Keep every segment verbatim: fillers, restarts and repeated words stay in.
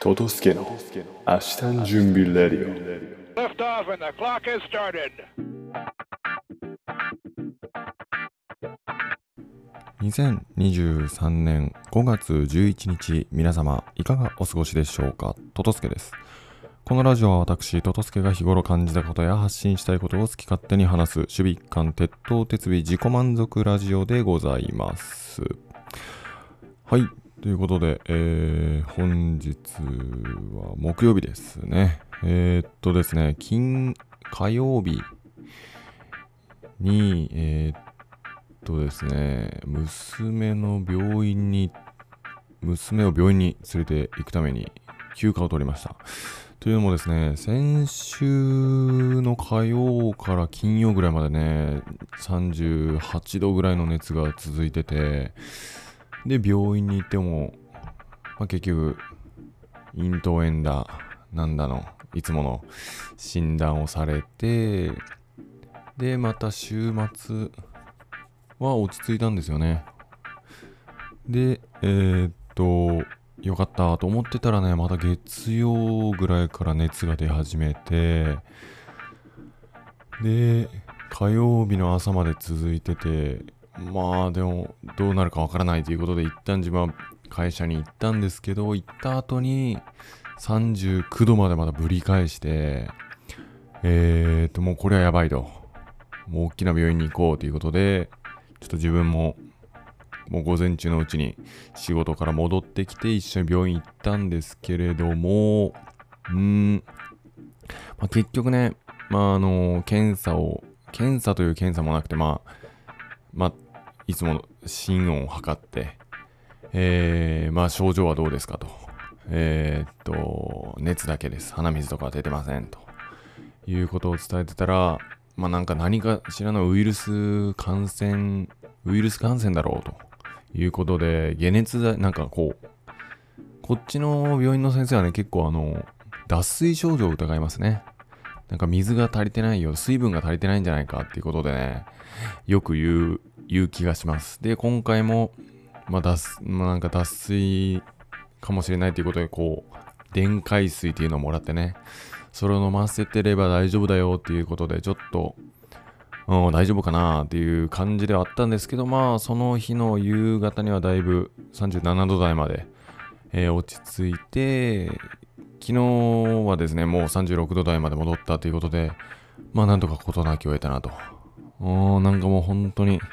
トトスケの明日の準備レディオ。 Lift off and the clock has started. にせんにじゅうさんねんごがつじゅういちにち、皆様いかがお過ごしでしょうか。トトスケです。このラジオは私トトスケが日頃感じたことや発信したいことを好き勝手に話す守備一貫徹頭徹尾自己満足ラジオでございます。はい、ということで、えー、本日は木曜日ですね。えー、っとですね金火曜日にえー、っとですね娘の病院に娘を病院に連れて行くために休暇を取りました。というのもですね、先週の火曜から金曜ぐらいまでね、さんじゅうはちどぐらいの熱が続いてて、で、病院に行っても、まあ、結局、咽頭炎だ、なんだの、いつもの診断をされて、で、また週末は落ち着いたんですよね。で、えー、っと、よかったと思ってたらね、また月曜ぐらいから熱が出始めて、で、火曜日の朝まで続いてて、まあでもどうなるかわからないということで一旦自分は会社に行ったんですけど、行った後にさんじゅうきゅうどまでまだぶり返して、えーともうこれはやばいと、もう大きな病院に行こうということで、ちょっと自分ももう午前中のうちに仕事から戻ってきて一緒に病院行ったんですけれども、うーん、まあ、結局ね、まああの検査を検査という検査もなくて、まあまあいつもの心音を測って、えー、まあ症状はどうですかと、えー、っと熱だけです、鼻水とかは出てませんということを伝えてたら、まあなんか何かしらのウイルス感染ウイルス感染だろうということで、解熱剤、なんかこう、こっちの病院の先生はね、結構あの、脱水症状を疑いますね。なんか水が足りてないよ、水分が足りてないんじゃないかっていうことでね、よく言う、言う気がします。で、今回も、まあ脱、まあ、なんか脱水かもしれないということで、こう、電解水っていうのをもらってね、それを飲ませてれば大丈夫だよっていうことで、ちょっと、うん、大丈夫かなっていう感じではあったんですけど、まあその日の夕方にはだいぶさんじゅうななど台まで、えー、落ち着いて、昨日はですねもうさんじゅうろくど台まで戻ったということで、まあなんとか事なきを得たなと。うん、なんかもう本当に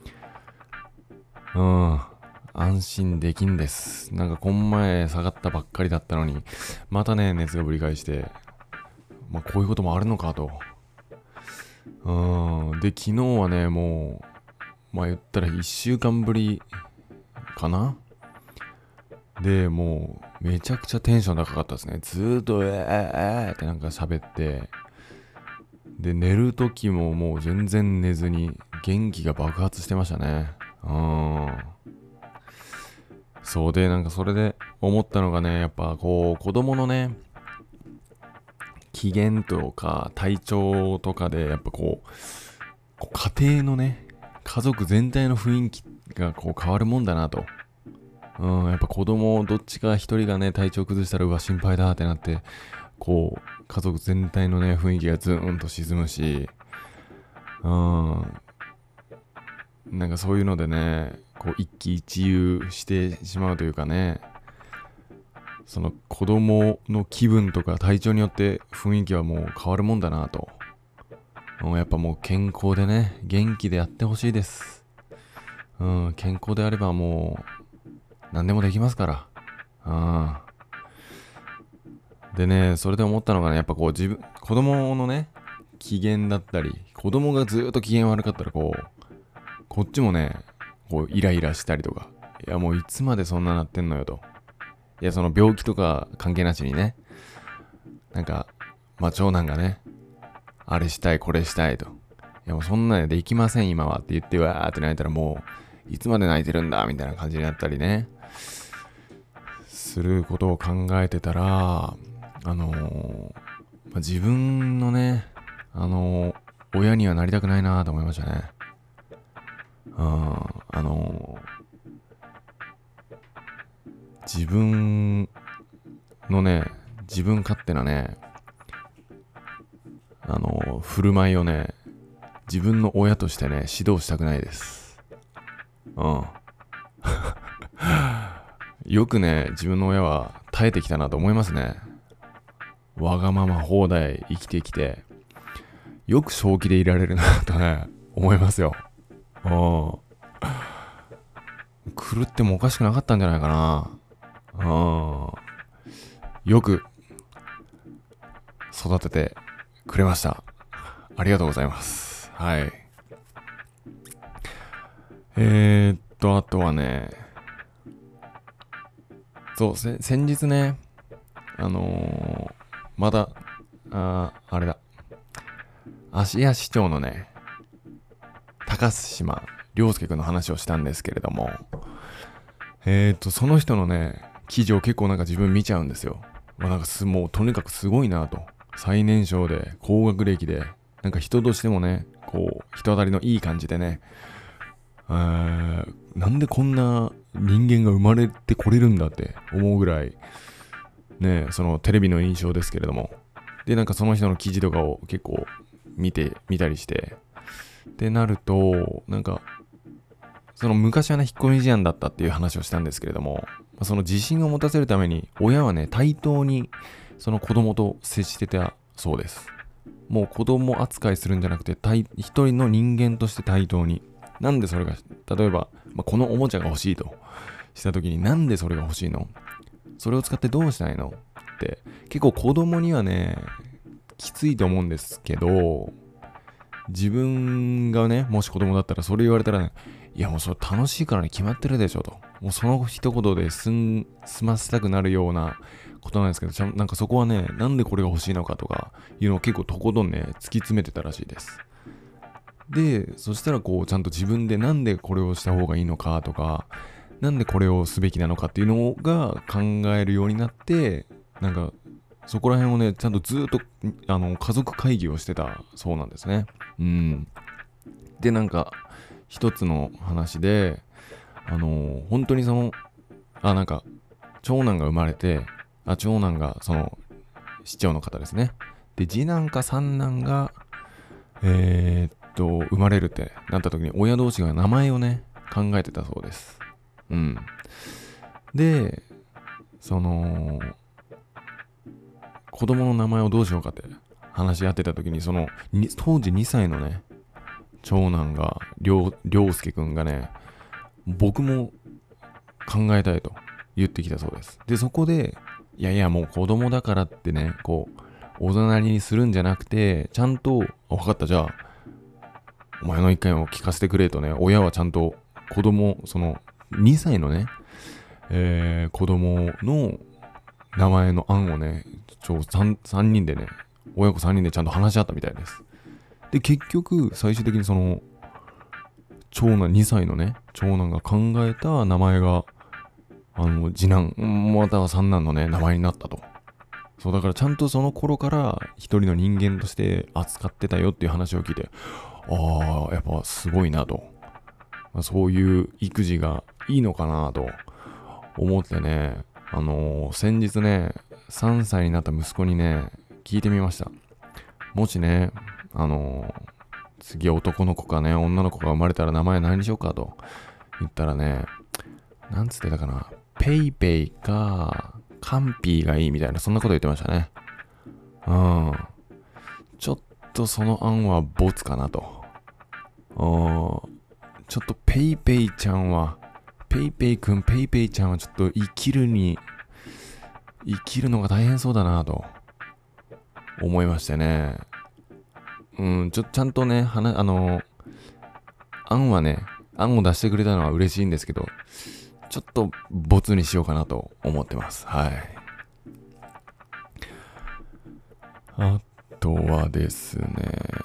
うん安心できんです。なんかこん前下がったばっかりだったのに、またね熱がぶり返して、まあこういうこともあるのかと。うんで、昨日はねもうまあ言ったらいっしゅうかんぶりかな。でもうめちゃくちゃテンション高かったですね。ずーっとえーえーってなんか喋って、で寝る時ももう全然寝ずに元気が爆発してましたね。うんそうで、なんかそれで思ったのがね、やっぱこう子供のね機嫌とか体調とかでやっぱこう、こう家庭のね家族全体の雰囲気がこう変わるもんだなと。うん、やっぱ子供どっちか一人がね体調崩したらうわ心配だってなって、こう家族全体のね雰囲気がズーンと沈むし、うんなんかそういうのでねこう一喜一憂してしまうというかね、その子供の気分とか体調によって雰囲気はもう変わるもんだなと。うん、やっぱもう健康でね元気でやってほしいです。うん、健康であればもう何でもできますから。あでね、それで思ったのがね、やっぱこう自分、子供のね、機嫌だったり、子供がずーっと機嫌悪かったらこう、こっちもね、こうイライラしたりとか、いやもういつまでそんななってんのよと。いやその病気とか関係なしにね、なんか、まあ長男がね、あれしたいこれしたいと。いやもうそんなのできません今はって言ってわーって泣いたら、もういつまで泣いてるんだみたいな感じになったりね。することを考えてたら、あのーまあ、自分のね、あのー親にはなりたくないなと思いましたね。うん、あのー自分のね、自分勝手なね、あの、振る舞いをね、自分の親としてね、指導したくないです。うん。よくね、自分の親は耐えてきたなと思いますね。わがまま放題生きてきて、よく正気でいられるなとね、思いますよ。うん。狂ってもおかしくなかったんじゃないかな。うん。よく育ててくれました。ありがとうございます。はい。えー、っと、あとはね、そう、せ先日ね、あのー、まだ、ああれだ、芦屋市長のね、高島亮介くんの話をしたんですけれども、えーと、その人のね、記事を結構なんか自分見ちゃうんですよ。まあ、なんかす、もうとにかくすごいなと。最年少で、高学歴で、なんか人としてもね、こう、人当たりのいい感じでね、なんでこんな人間が生まれてこれるんだって思うぐらい、ね、そのテレビの印象ですけれども。で、なんかその人の記事とかを結構見て、見たりして、ってなると、なんか、その昔はね、引っ込み思案だったっていう話をしたんですけれども、その自信を持たせるために、親はね、対等にその子供と接してたそうです。もう子供扱いするんじゃなくて、一人の人間として対等に。なんでそれが、例えば、まあ、このおもちゃが欲しいとしたときに、なんでそれが欲しいの？それを使ってどうしたいの？って、結構子供にはね、きついと思うんですけど、自分がね、もし子供だったらそれ言われたらね、いやもうそれ楽しいからに決まってるでしょと。もうその一言で済ん、済ませたくなるようなことなんですけど、ちゃんなんかそこはね、なんでこれが欲しいのかとかいうのを結構とことんね、突き詰めてたらしいです。で、そしたらこう、ちゃんと自分でなんでこれをした方がいいのかとか、なんでこれをすべきなのかっていうのが考えるようになって、なんか、そこら辺をね、ちゃんとずっと、あの、家族会議をしてたそうなんですね。うん。で、なんか、一つの話で、あの、本当にその、あ、なんか、長男が生まれて、あ、長男が、その、市長の方ですね。で、次男か三男が、えー、っと、生まれるってなった時に、親同士が名前をね、考えてたそうです。うん。で、その、子供の名前をどうしようかって話し合ってた時に、その、当時にさいのね、長男が、りょう、りょうすけくんがね、僕も考えたいと言ってきたそうです。で、そこで、いやいやもう子供だからってね、こう、おざなりにするんじゃなくて、ちゃんと、分かった、じゃあ、お前の意見を聞かせてくれとね、親はちゃんと子供、その、にさいのね、えー、子供の名前の案をね、ちょ、3、三人でね、親子さんにんでちゃんと話し合ったみたいです。で、結局、最終的にその、長男、にさいのね、長男が考えた名前が、あの、次男、または三男のね、名前になったと。そう、だからちゃんとその頃から一人の人間として扱ってたよっていう話を聞いて、ああ、やっぱすごいなと。まあ、そういう育児がいいのかなと思ってね、あのー、先日ね、さんさいになった息子にね、聞いてみました。もしね、あのー、次男の子かね、女の子が生まれたら名前何にしようかと言ったらね、なんつってたかな、ペイペイか、カンピーがいいみたいな、そんなこと言ってましたね。うん。ちょっとその案はボツかなと。うん。ちょっとペイペイちゃんは、ペイペイくん、ペイペイちゃんはちょっと生きるに、生きるのが大変そうだなと思いましてね。うん、ちょ、ちゃんとね、はな、あの、案はね、案を出してくれたのは嬉しいんですけど、ちょっとボツにしようかなと思ってます。はい。あとはですね、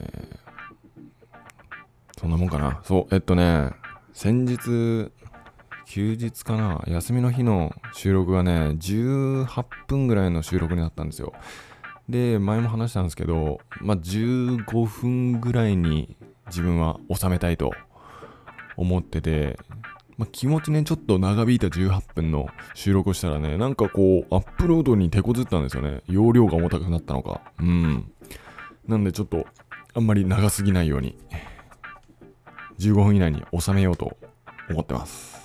そんなもんかな。そう、えっとね、先日、休日かな、休みの日の収録がね、じゅうはっぷんぐらいの収録になったんですよ。で、前も話したんですけど、まあ、じゅうごふんぐらいに自分は収めたいと思ってて、 まあ、気持ちね、ちょっと長引いたじゅうはっぷんの収録をしたらね、なんかこう、アップロードに手こずったんですよね。容量が重たくなったのか。うん。なんでちょっと、あんまり長すぎないように、じゅうごふん以内に収めようと思ってます。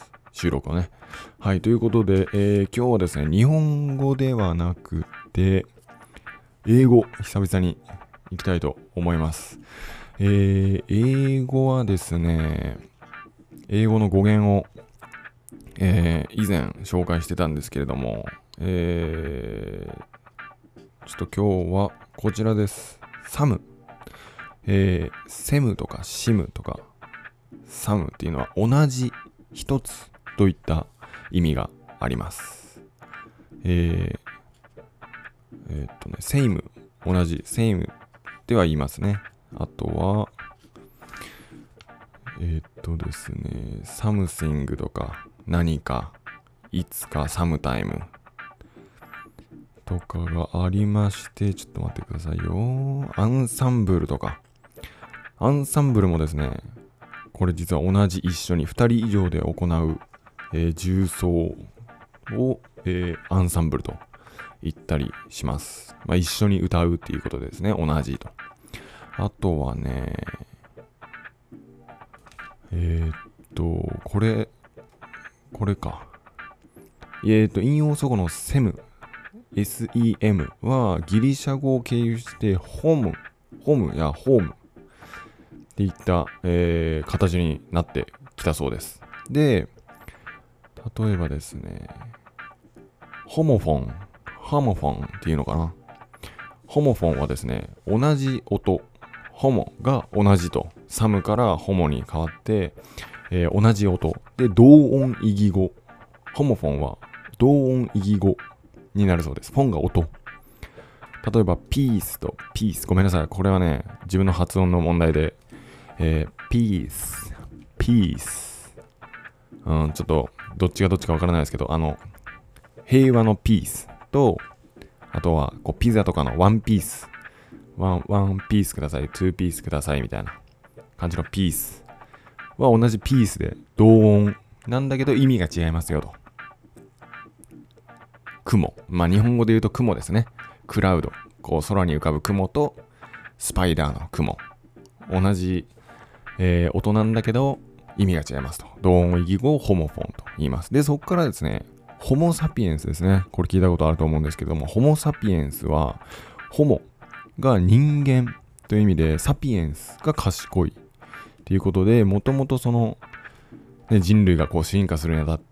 収録をね。はい、ということで、えー、今日はですね、日本語ではなくて、英語、久々に行きたいと思います。えー、英語はですね、英語の語源を、えー、以前紹介してたんですけれども、えー、ちょっと今日はこちらです。サム。えー、セムとかシムとかサムっていうのは同じ一つといった意味があります。えー、えー、っとね、セイム、同じ、セイムでは言いますね。あとは、えー、っとですね、something とか何か、いつか sometime とかがありまして、ちょっと待ってくださいよ。アンサンブルとか。アンサンブルもですね、これ実は同じ一緒にふたり以上で行う、えー、重奏を、えー、アンサンブルと言ったりします。まあ、一緒に歌うっていうことですね、同じと。あとはね、えー、っと、これ、これか。えー、っと、引用祖語のセム、エスイーエム はギリシャ語を経由してホム、ホムやホームっていった、えー、形になってきたそうです。で、例えばですね、ホモフォン、ハモフォンっていうのかな。ホモフォンはですね、同じ音、ホモが同じと、サムからホモに変わって、えー、同じ音で同音異義語。ホモフォンは同音異義語になるそうです。フォンが音。例えばピースとピース、ごめんなさい、これはね、自分の発音の問題で、えー、ピース、ピース、うん、ちょっとどっちがどっちかわからないですけど、あの平和のピースと、あとはこうピザとかのワンピース、ワン、ワンピースください、ツーピースくださいみたいな感じのピースは同じピースで同音なんだけど意味が違いますよと。雲、まあ日本語で言うと雲ですね。クラウド、こう空に浮かぶ雲とスパイダーの雲、同じ、えー、音なんだけど意味が違いますと。同音異義語をホモフォンと言います。で、そこからですね、ホモサピエンスですね。これ聞いたことあると思うんですけども、ホモサピエンスは、ホモが人間という意味で、サピエンスが賢いということで、もともとその、ね、人類がこう進化するにあたって、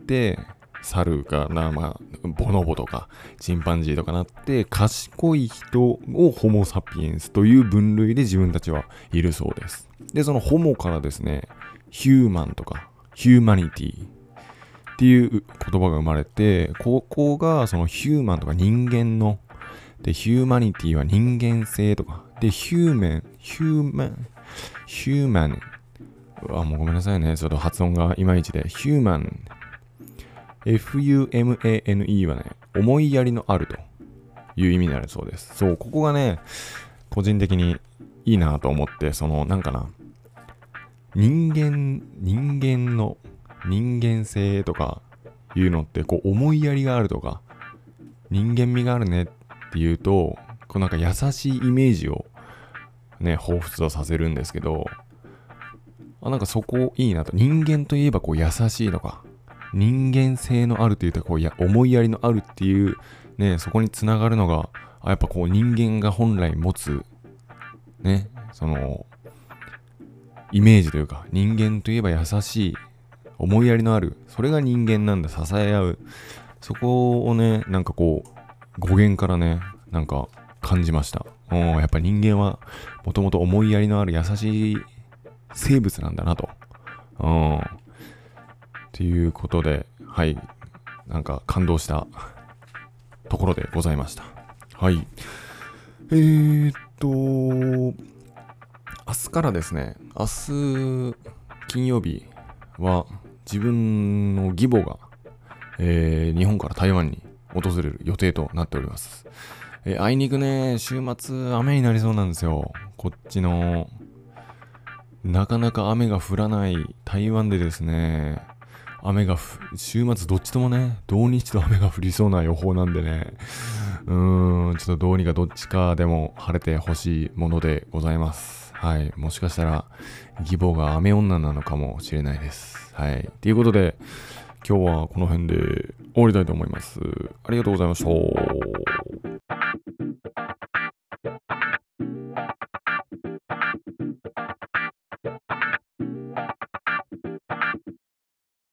猿がな、まあ、ボノボとかチンパンジーとかなって、賢い人をホモサピエンスという分類で自分たちはいるそうです。で、そのホモからですね、ヒューマンとか、ヒューマニティっていう言葉が生まれて、ここがそのヒューマンとか人間の、で、ヒューマニティは人間性とか、で、ヒューマン、ヒューマン、ヒューマン、あ、もうごめんなさいね、ちょっと発音がいまいちで、ヒューマン、エフユーエムエーエヌイー はね、思いやりのあるという意味になるそうです。そう、ここがね、個人的にいいなと思って、その、なんかな、人間、人間の、人間性とかいうのって、こう、思いやりがあるとか、人間味があるねっていうと、こうなんか優しいイメージをね、彷彿とさせるんですけど、あ、なんかそこいいなと。人間といえばこう優しいとか、人間性のあるというとこうや思いやりのあるっていうね、そこにつながるのが、あ、やっぱこう人間が本来持つね、そのイメージというか、人間といえば優しい、思いやりのある、それが人間なんだ、支え合う、そこをね、なんかこう語源からね、なんか感じました。うん、やっぱ人間はもともと思いやりのある優しい生物なんだなと。うん。っていうことで、はい。なんか感動したところでございました。はい。えーっと、明日からですね、明日金曜日は自分の義母が、えー、日本から台湾に訪れる予定となっております。えー、あいにくね、週末雨になりそうなんですよ。こっちのなかなか雨が降らない台湾でですね、 雨がふ、週末どっちともね、土日と雨が降りそうな予報なんでね、うーん、ちょっとどうにかどっちかでも晴れてほしいものでございます。はい。もしかしたら、義母が雨女なのかもしれないです。はい。ということで、今日はこの辺で終わりたいと思います。ありがとうございました。